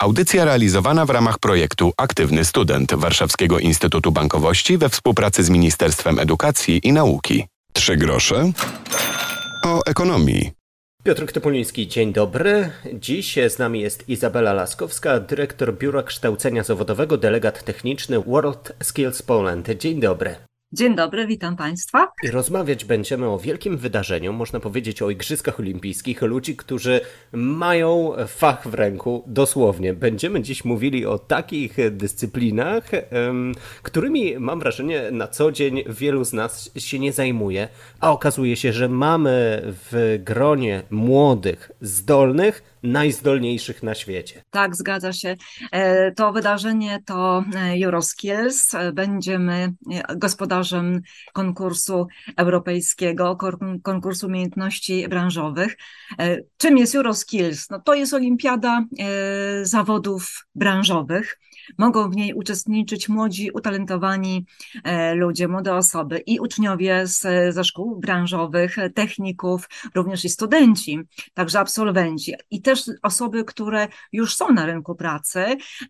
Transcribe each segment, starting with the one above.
Audycja realizowana w ramach projektu Aktywny Student Warszawskiego Instytutu Bankowości we współpracy z Ministerstwem Edukacji i Nauki. 3 grosze o ekonomii. Piotr Topuliński, dzień dobry. Dziś z nami jest Izabela Laskowska, dyrektor Biura Kształcenia Zawodowego, delegat techniczny World Skills Poland. Dzień dobry. Dzień dobry, witam Państwa. I rozmawiać będziemy o wielkim wydarzeniu, można powiedzieć o Igrzyskach Olimpijskich, ludzi, którzy mają fach w ręku, dosłownie. Będziemy dziś mówili o takich dyscyplinach, którymi mam wrażenie na co dzień wielu z nas się nie zajmuje, a okazuje się, że mamy w gronie młodych, zdolnych, najzdolniejszych na świecie. Tak, zgadza się. To wydarzenie to Euroskills. Będziemy gospodarzem konkursu europejskiego, konkursu umiejętności branżowych. Czym jest Euroskills? No, to jest olimpiada zawodów branżowych. Mogą w niej uczestniczyć młodzi, utalentowani ludzie, młode osoby i uczniowie ze szkół branżowych, techników, również i studenci, także absolwenci i też osoby, które już są na rynku pracy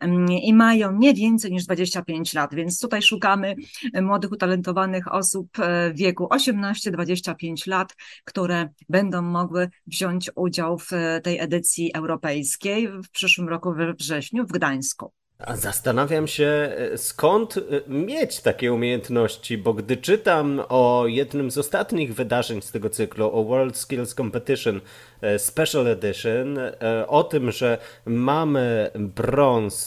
i mają nie więcej niż 25 lat, więc tutaj szukamy młodych, utalentowanych osób w wieku 18-25 lat, które będą mogły wziąć udział w tej edycji europejskiej w przyszłym roku we wrześniu w Gdańsku. A zastanawiam się, skąd mieć takie umiejętności, bo gdy czytam o jednym z ostatnich wydarzeń z tego cyklu, o World Skills Competition Special Edition, o tym, że mamy brąz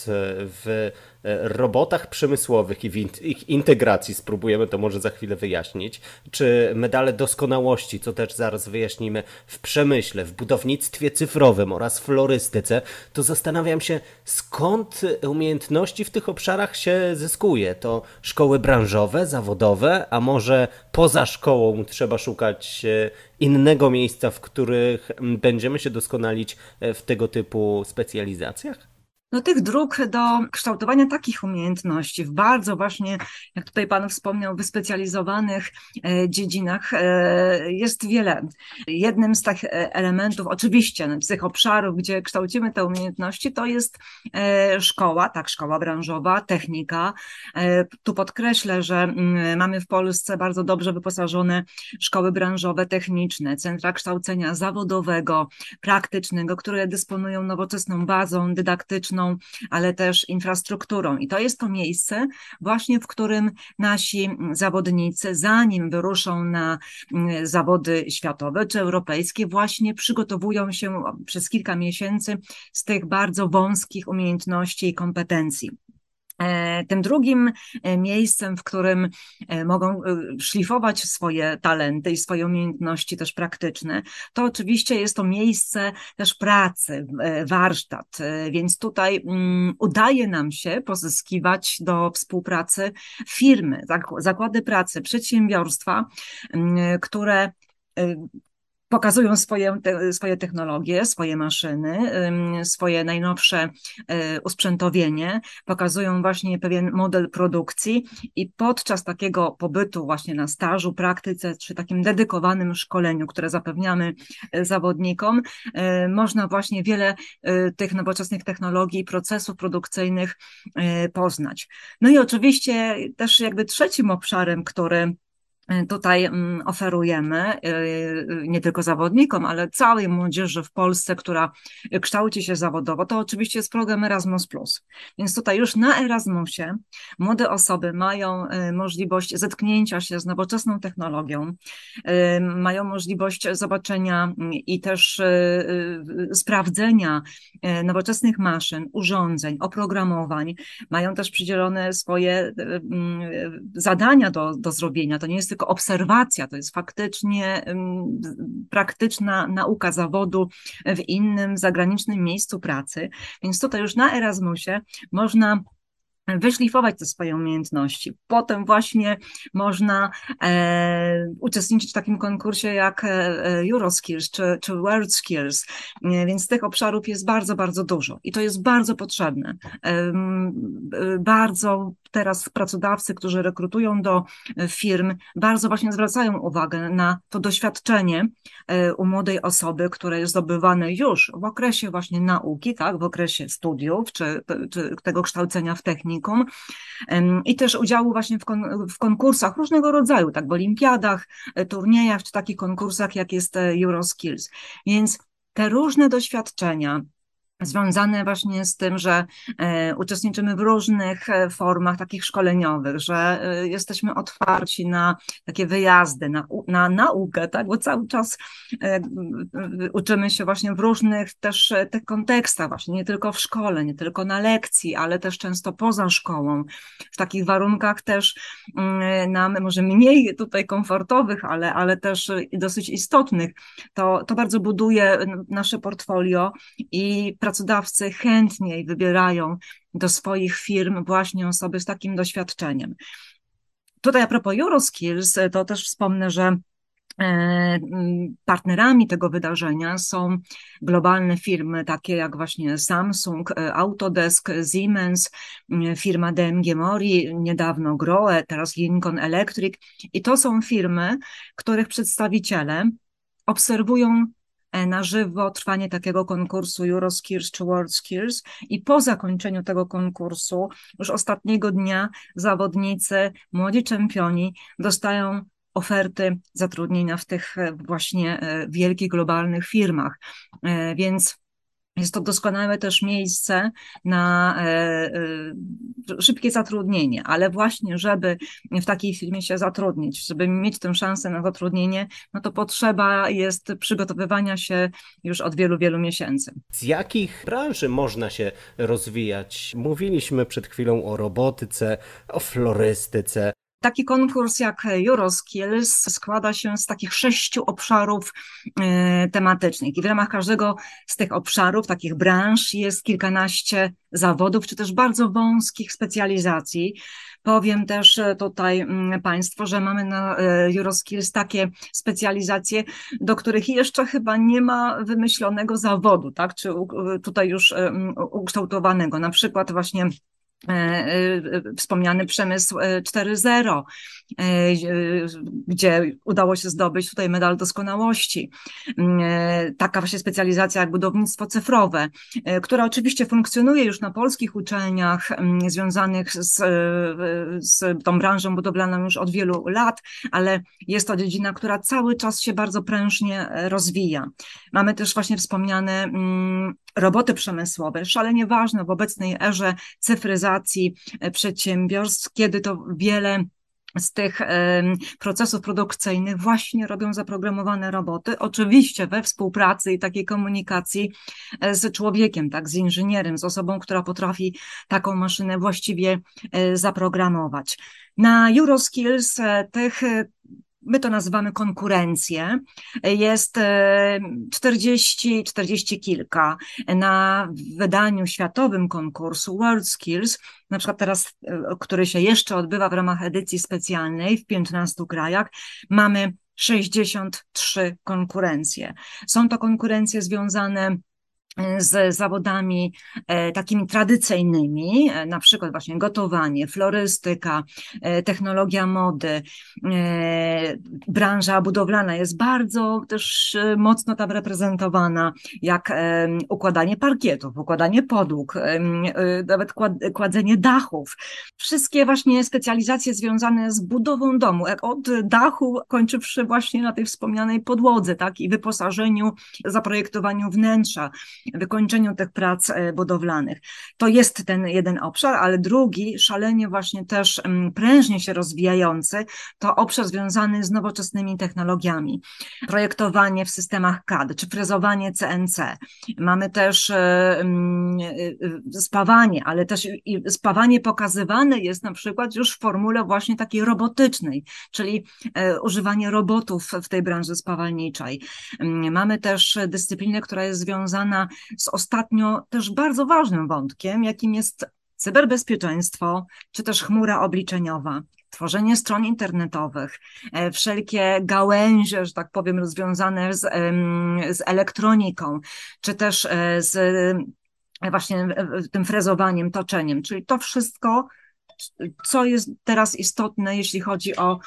w robotach przemysłowych i w ich integracji, spróbujemy to może za chwilę wyjaśnić, czy medale doskonałości, co też zaraz wyjaśnimy, w przemyśle, w budownictwie cyfrowym oraz florystyce, to zastanawiam się, skąd umiejętności w tych obszarach się zyskuje. To szkoły branżowe, zawodowe, a może poza szkołą trzeba szukać innego miejsca, w których będziemy się doskonalić w tego typu specjalizacjach? No, tych dróg do kształtowania takich umiejętności w bardzo właśnie, jak tutaj Pan wspomniał, wyspecjalizowanych dziedzinach jest wiele. Jednym z tych elementów, oczywiście z tych obszarów, gdzie kształcimy te umiejętności, to jest szkoła, tak, szkoła branżowa, technika. Tu podkreślę, że mamy w Polsce bardzo dobrze wyposażone szkoły branżowe, techniczne, centra kształcenia zawodowego, praktycznego, które dysponują nowoczesną bazą dydaktyczną, ale też infrastrukturą. I to jest to miejsce właśnie, w którym nasi zawodnicy, zanim wyruszą na zawody światowe czy europejskie, właśnie przygotowują się przez kilka miesięcy z tych bardzo wąskich umiejętności i kompetencji. Tym drugim miejscem, w którym mogą szlifować swoje talenty i swoje umiejętności też praktyczne, to oczywiście jest to miejsce też pracy, warsztat, więc tutaj udaje nam się pozyskiwać do współpracy firmy, zakłady pracy, przedsiębiorstwa, które pokazują swoje technologie, swoje maszyny, swoje najnowsze usprzętowienie, pokazują właśnie pewien model produkcji i podczas takiego pobytu właśnie na stażu, praktyce czy takim dedykowanym szkoleniu, które zapewniamy zawodnikom, można właśnie wiele tych nowoczesnych technologii i procesów produkcyjnych poznać. No i oczywiście też jakby trzecim obszarem, który tutaj oferujemy nie tylko zawodnikom, ale całej młodzieży w Polsce, która kształci się zawodowo, to oczywiście jest program Erasmus+. Więc tutaj już na Erasmusie młode osoby mają możliwość zetknięcia się z nowoczesną technologią, mają możliwość zobaczenia i też sprawdzenia nowoczesnych maszyn, urządzeń, oprogramowań, mają też przydzielone swoje zadania do zrobienia. To nie jest tylko obserwacja, to jest faktycznie praktyczna nauka zawodu w innym zagranicznym miejscu pracy. Więc tutaj już na Erasmusie można wyszlifować te swoje umiejętności. Potem właśnie można uczestniczyć w takim konkursie jak Euroskills czy World Skills, więc tych obszarów jest bardzo, bardzo dużo i to jest bardzo potrzebne. Bardzo teraz pracodawcy, którzy rekrutują do firm, bardzo właśnie zwracają uwagę na to doświadczenie u młodej osoby, które jest zdobywane już w okresie właśnie nauki, tak, w okresie studiów, czy tego kształcenia w technikum, i też udziału właśnie w konkursach różnego rodzaju, tak, w olimpiadach, turniejach, czy takich konkursach, jak jest Euroskills. Więc te różne doświadczenia związane właśnie z tym, że uczestniczymy w różnych formach takich szkoleniowych, że jesteśmy otwarci na takie wyjazdy, na naukę, tak? Bo cały czas uczymy się właśnie w różnych też tych kontekstach, właśnie nie tylko w szkole, nie tylko na lekcji, ale też często poza szkołą, w takich warunkach też nam może mniej tutaj komfortowych, ale też dosyć istotnych. To bardzo buduje nasze portfolio i pracodawcy chętniej wybierają do swoich firm właśnie osoby z takim doświadczeniem. Tutaj a propos Euroskills, to też wspomnę, że partnerami tego wydarzenia są globalne firmy takie jak właśnie Samsung, Autodesk, Siemens, firma DMG Mori, niedawno Grohe, teraz Lincoln Electric. I to są firmy, których przedstawiciele obserwują na żywo trwanie takiego konkursu Euroskills czy WorldSkills i po zakończeniu tego konkursu, już ostatniego dnia, zawodnicy, młodzi czempioni dostają oferty zatrudnienia w tych właśnie wielkich globalnych firmach. Więc jest to doskonałe też miejsce na szybkie zatrudnienie, ale właśnie, żeby w takiej firmie się zatrudnić, żeby mieć tę szansę na zatrudnienie, no to potrzeba jest przygotowywania się już od wielu, wielu miesięcy. Z jakich branży można się rozwijać? Mówiliśmy przed chwilą o robotyce, o florystyce. Taki konkurs jak Euroskills składa się z takich 6 obszarów tematycznych i w ramach każdego z tych obszarów, takich branż jest kilkanaście zawodów, czy też bardzo wąskich specjalizacji. Powiem też tutaj Państwu, że mamy na Euroskills takie specjalizacje, do których jeszcze chyba nie ma wymyślonego zawodu, tak? Czy tutaj już ukształtowanego. Na przykład właśnie wspomniany przemysł 4.0, gdzie udało się zdobyć tutaj medal doskonałości. Taka właśnie specjalizacja jak budownictwo cyfrowe, która oczywiście funkcjonuje już na polskich uczelniach związanych z tą branżą budowlaną już od wielu lat, ale jest to dziedzina, która cały czas się bardzo prężnie rozwija. Mamy też właśnie wspomniane roboty przemysłowe, szalenie ważne w obecnej erze cyfryzacji przedsiębiorstw, kiedy to wiele z tych procesów produkcyjnych właśnie robią zaprogramowane roboty, oczywiście we współpracy i takiej komunikacji z człowiekiem, tak, z inżynierem, z osobą, która potrafi taką maszynę właściwie zaprogramować. Na Euroskills my to nazywamy konkurencję. Jest 40 kilka. Na wydaniu światowym konkursu WorldSkills, na przykład teraz, który się jeszcze odbywa w ramach edycji specjalnej w 15 krajach, mamy 63 konkurencje. Są to konkurencje związane z zawodami takimi tradycyjnymi, na przykład właśnie gotowanie, florystyka, technologia mody, branża budowlana jest bardzo też mocno tam reprezentowana, jak układanie parkietów, układanie podłóg, nawet kładzenie dachów. Wszystkie właśnie specjalizacje związane z budową domu, od dachu kończywszy właśnie na tej wspomnianej podłodze, tak, i wyposażeniu, zaprojektowaniu wnętrza, wykończeniu tych prac budowlanych. To jest ten jeden obszar, ale drugi, szalenie właśnie też prężnie się rozwijający, to obszar związany z nowoczesnymi technologiami. Projektowanie w systemach CAD, czy frezowanie CNC. Mamy też spawanie, ale też i spawanie pokazywane jest na przykład już w formule właśnie takiej robotycznej, czyli używanie robotów w tej branży spawalniczej. Mamy też dyscyplinę, która jest związana z ostatnio też bardzo ważnym wątkiem, jakim jest cyberbezpieczeństwo, czy też chmura obliczeniowa, tworzenie stron internetowych, wszelkie gałęzie, że tak powiem, związane z elektroniką, czy też z właśnie tym frezowaniem, toczeniem, czyli to wszystko co jest teraz istotne, jeśli chodzi o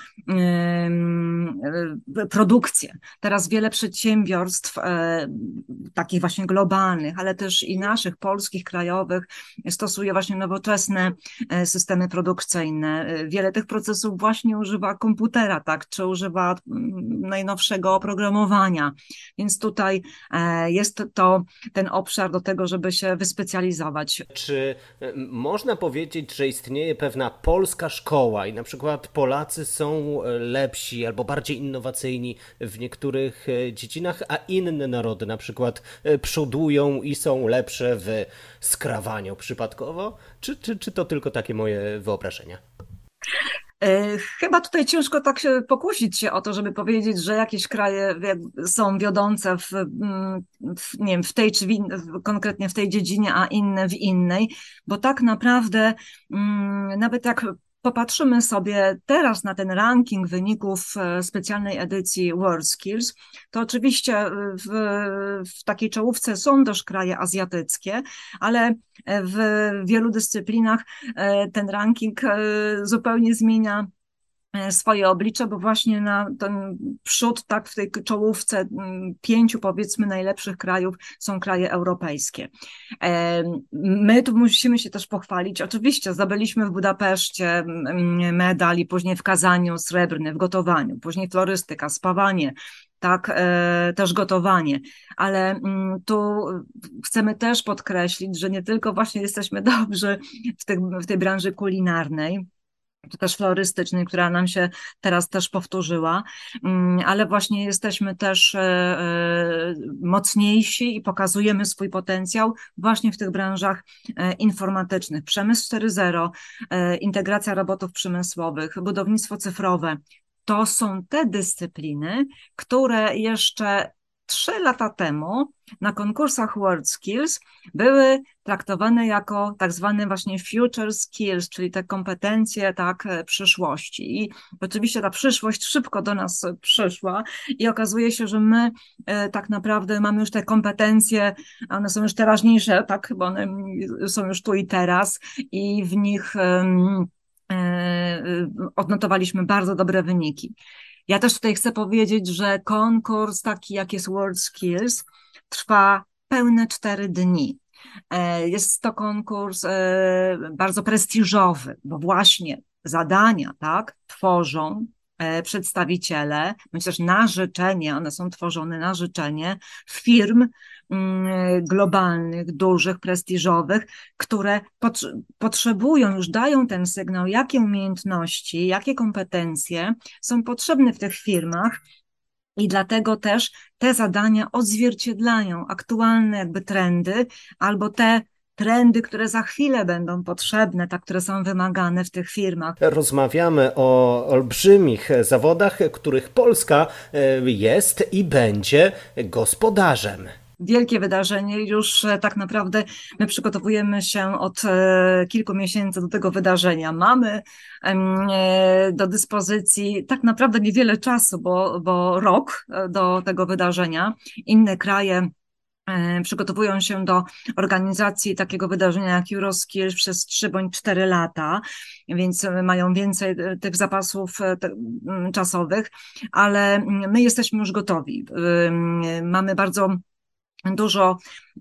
produkcję. Teraz wiele przedsiębiorstw, takich właśnie globalnych, ale też i naszych, polskich, krajowych, stosuje właśnie nowoczesne systemy produkcyjne. Wiele tych procesów właśnie używa komputera, tak, czy używa najnowszego oprogramowania. Więc tutaj jest to ten obszar do tego, żeby się wyspecjalizować. Czy można powiedzieć, że istnieje pewna polska szkoła i na przykład Polacy są lepsi albo bardziej innowacyjni w niektórych dziedzinach, a inne narody na przykład przodują i są lepsze w skrawaniu przypadkowo? Czy to tylko takie moje wyobrażenia? Chyba tutaj ciężko tak się pokusić się o to, żeby powiedzieć, że jakieś kraje są wiodące nie wiem, w tej czy konkretnie w tej dziedzinie, a inne w innej, bo tak naprawdę nawet jak popatrzymy sobie teraz na ten ranking wyników specjalnej edycji WorldSkills, to oczywiście w takiej czołówce są też kraje azjatyckie, ale w wielu dyscyplinach ten ranking zupełnie zmienia swoje oblicze, bo właśnie na ten przód, tak, w tej czołówce 5, powiedzmy, najlepszych krajów są kraje europejskie. My tu musimy się też pochwalić. Oczywiście zdobyliśmy w Budapeszcie medal i później w Kazaniu srebrny w gotowaniu, później florystyka, spawanie, tak, też gotowanie, ale tu chcemy też podkreślić, że nie tylko właśnie jesteśmy dobrzy w tej branży kulinarnej, czy też florystycznej, która nam się teraz też powtórzyła, ale właśnie jesteśmy też mocniejsi i pokazujemy swój potencjał właśnie w tych branżach informatycznych. Przemysł 4.0, integracja robotów przemysłowych, budownictwo cyfrowe. To są te dyscypliny, które jeszcze 3 lata temu na konkursach WorldSkills były traktowane jako tak zwane właśnie future skills, czyli te kompetencje tak przyszłości. I oczywiście ta przyszłość szybko do nas przyszła i okazuje się, że my tak naprawdę mamy już te kompetencje, one są już teraźniejsze, tak, bo one są już tu i teraz i w nich odnotowaliśmy bardzo dobre wyniki. Ja też tutaj chcę powiedzieć, że konkurs taki jak jest WorldSkills trwa pełne 4 dni. Jest to konkurs bardzo prestiżowy, bo właśnie zadania, tak, tworzą przedstawiciele, bądź też na życzenie, one są tworzone na życzenie firm globalnych, dużych, prestiżowych, które potrzebują, już dają ten sygnał, jakie umiejętności, jakie kompetencje są potrzebne w tych firmach. I dlatego też te zadania odzwierciedlają aktualne jakby trendy albo te trendy, które za chwilę będą potrzebne, tak, które są wymagane w tych firmach. Rozmawiamy o olbrzymich zawodach, których Polska jest i będzie gospodarzem. Wielkie wydarzenie, już tak naprawdę my przygotowujemy się od kilku miesięcy do tego wydarzenia. Mamy do dyspozycji tak naprawdę niewiele czasu, bo rok do tego wydarzenia. Inne kraje przygotowują się do organizacji takiego wydarzenia jak EuroSkills przez 3 bądź 4 lata, więc mają więcej tych zapasów czasowych, ale my jesteśmy już gotowi. Mamy bardzo dużo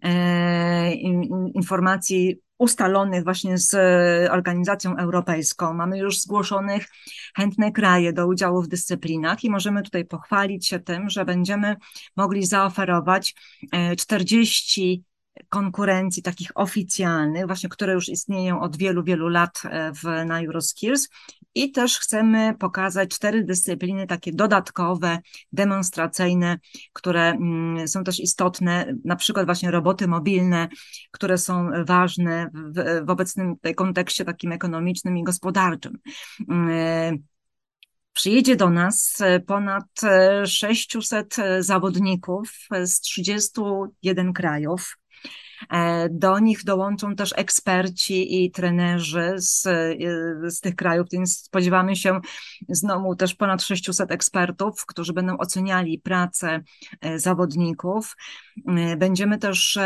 informacji ustalonych właśnie z organizacją europejską. Mamy już zgłoszonych chętne kraje do udziału w dyscyplinach i możemy tutaj pochwalić się tym, że będziemy mogli zaoferować 40 konkurencji takich oficjalnych, właśnie które już istnieją od wielu, wielu lat na EuroSkills i też chcemy pokazać 4 dyscypliny takie dodatkowe, demonstracyjne, które są też istotne, na przykład właśnie roboty mobilne, które są ważne w obecnym tutaj kontekście takim ekonomicznym i gospodarczym. Przyjedzie do nas ponad 600 zawodników z 31 krajów. Do nich dołączą też eksperci i trenerzy z tych krajów, więc spodziewamy się znowu też ponad 600 ekspertów, którzy będą oceniali pracę zawodników. Będziemy też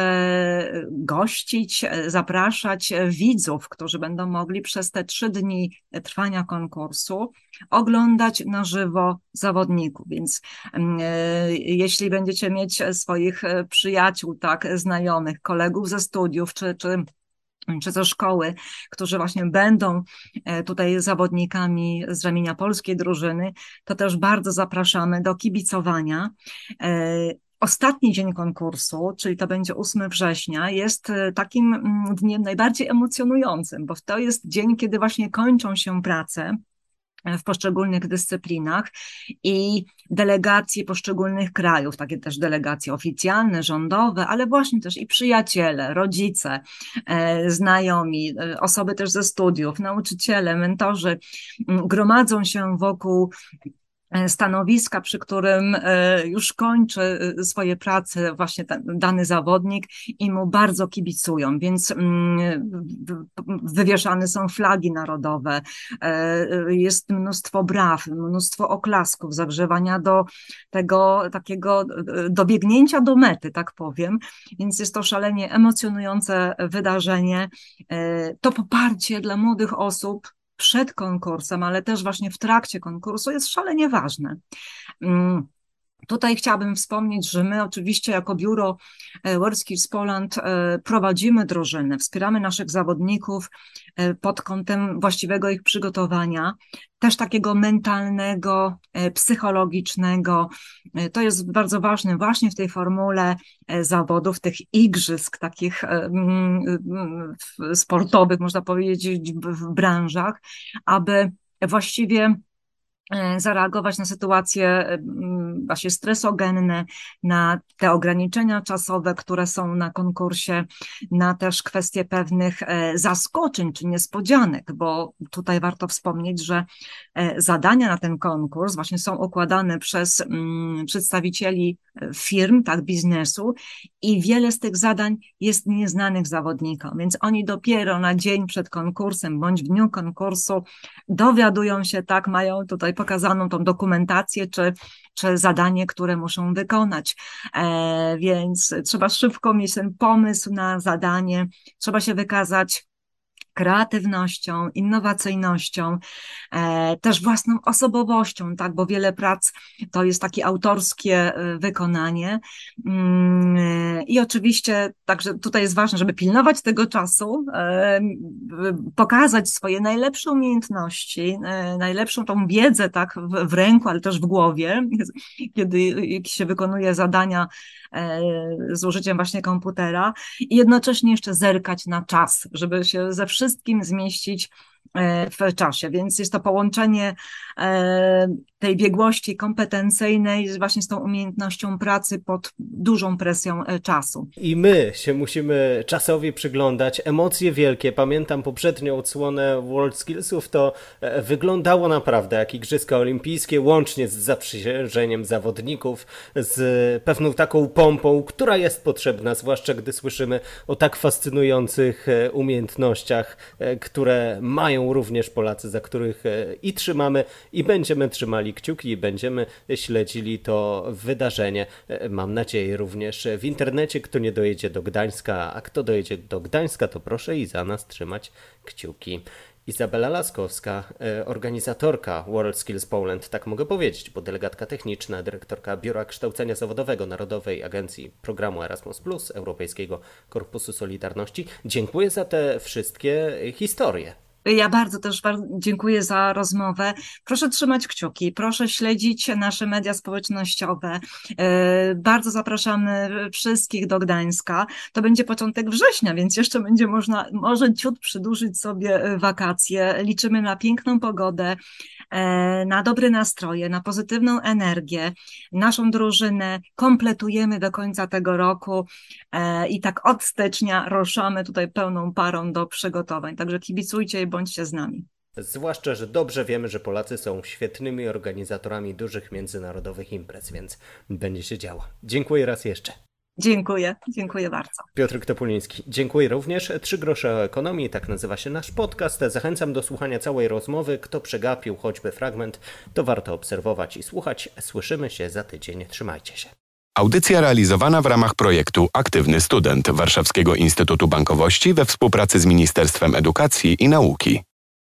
gościć, zapraszać widzów, którzy będą mogli przez te 3 dni trwania konkursu oglądać na żywo zawodników, więc jeśli będziecie mieć swoich przyjaciół, tak, znajomych, kolegów ze studiów, czy ze szkoły, którzy właśnie będą tutaj zawodnikami z ramienia polskiej drużyny, to też bardzo zapraszamy do kibicowania. Ostatni dzień konkursu, czyli to będzie 8 września, jest takim dniem najbardziej emocjonującym, bo to jest dzień, kiedy właśnie kończą się prace w poszczególnych dyscyplinach i delegacje poszczególnych krajów, takie też delegacje oficjalne, rządowe, ale właśnie też i przyjaciele, rodzice, znajomi, osoby też ze studiów, nauczyciele, mentorzy gromadzą się wokół stanowiska, przy którym już kończy swoje prace właśnie dany zawodnik i mu bardzo kibicują, więc wywieszane są flagi narodowe, jest mnóstwo braw, mnóstwo oklasków, zagrzewania do tego takiego dobiegnięcia do mety, tak powiem, więc jest to szalenie emocjonujące wydarzenie. To poparcie dla młodych osób przed konkursem, ale też właśnie w trakcie konkursu jest szalenie ważne. Tutaj chciałabym wspomnieć, że my oczywiście jako biuro WorldSkills Poland prowadzimy drużynę, wspieramy naszych zawodników pod kątem właściwego ich przygotowania, też takiego mentalnego, psychologicznego. To jest bardzo ważne właśnie w tej formule zawodów, tych igrzysk takich sportowych, można powiedzieć, w branżach, aby właściwie zareagować na sytuacje właśnie stresogenne, na te ograniczenia czasowe, które są na konkursie, na też kwestie pewnych zaskoczeń czy niespodzianek, bo tutaj warto wspomnieć, że zadania na ten konkurs właśnie są układane przez przedstawicieli firm, tak, biznesu i wiele z tych zadań jest nieznanych zawodnikom, więc oni dopiero na dzień przed konkursem bądź w dniu konkursu dowiadują się, tak, mają tutaj pokazaną tą dokumentację czy zadanie, które muszą wykonać. Więc trzeba szybko mieć ten pomysł na zadanie, trzeba się wykazać kreatywnością, innowacyjnością, też własną osobowością, tak, bo wiele prac to jest takie autorskie wykonanie. I oczywiście także tutaj jest ważne, żeby pilnować tego czasu, pokazać swoje najlepsze umiejętności, najlepszą tą wiedzę, tak, w ręku, ale też w głowie, kiedy się wykonuje zadania z użyciem właśnie komputera i jednocześnie jeszcze zerkać na czas, żeby się ze wszystkim zmieścić w czasie, więc jest to połączenie tej biegłości kompetencyjnej właśnie z tą umiejętnością pracy pod dużą presją czasu. I my się musimy czasowi przyglądać, emocje wielkie. Pamiętam poprzednią odsłonę WorldSkillsów, to wyglądało naprawdę jak Igrzyska Olimpijskie, łącznie z zaprzysiężeniem zawodników, z pewną taką pompą, która jest potrzebna, zwłaszcza gdy słyszymy o tak fascynujących umiejętnościach, które mają również Polacy, za których i trzymamy, i będziemy trzymali kciuki, i będziemy śledzili to wydarzenie. Mam nadzieję również w internecie. Kto nie dojedzie do Gdańska, a kto dojedzie do Gdańska, to proszę i za nas trzymać kciuki. Izabela Laskowska, organizatorka WorldSkills Poland, tak mogę powiedzieć, bo delegatka techniczna, dyrektorka Biura Kształcenia Zawodowego Narodowej Agencji Programu Erasmus+, Europejskiego Korpusu Solidarności. Dziękuję za te wszystkie historie. Ja bardzo dziękuję za rozmowę. Proszę trzymać kciuki, proszę śledzić nasze media społecznościowe. Bardzo zapraszamy wszystkich do Gdańska. To będzie początek września, więc jeszcze będzie można może ciut przedłużyć sobie wakacje. Liczymy na piękną pogodę, na dobre nastroje, na pozytywną energię. Naszą drużynę kompletujemy do końca tego roku i tak od stycznia ruszamy tutaj pełną parą do przygotowań. Także kibicujcie i bądźcie z nami. Zwłaszcza, że dobrze wiemy, że Polacy są świetnymi organizatorami dużych międzynarodowych imprez, więc będzie się działo. Dziękuję raz jeszcze. Dziękuję bardzo. Piotr Topuliński, dziękuję również. 3 grosze o ekonomii, tak nazywa się nasz podcast. Zachęcam do słuchania całej rozmowy. Kto przegapił choćby fragment, to warto obserwować i słuchać. Słyszymy się za tydzień. Trzymajcie się. Audycja realizowana w ramach projektu Aktywny Student Warszawskiego Instytutu Bankowości we współpracy z Ministerstwem Edukacji i Nauki.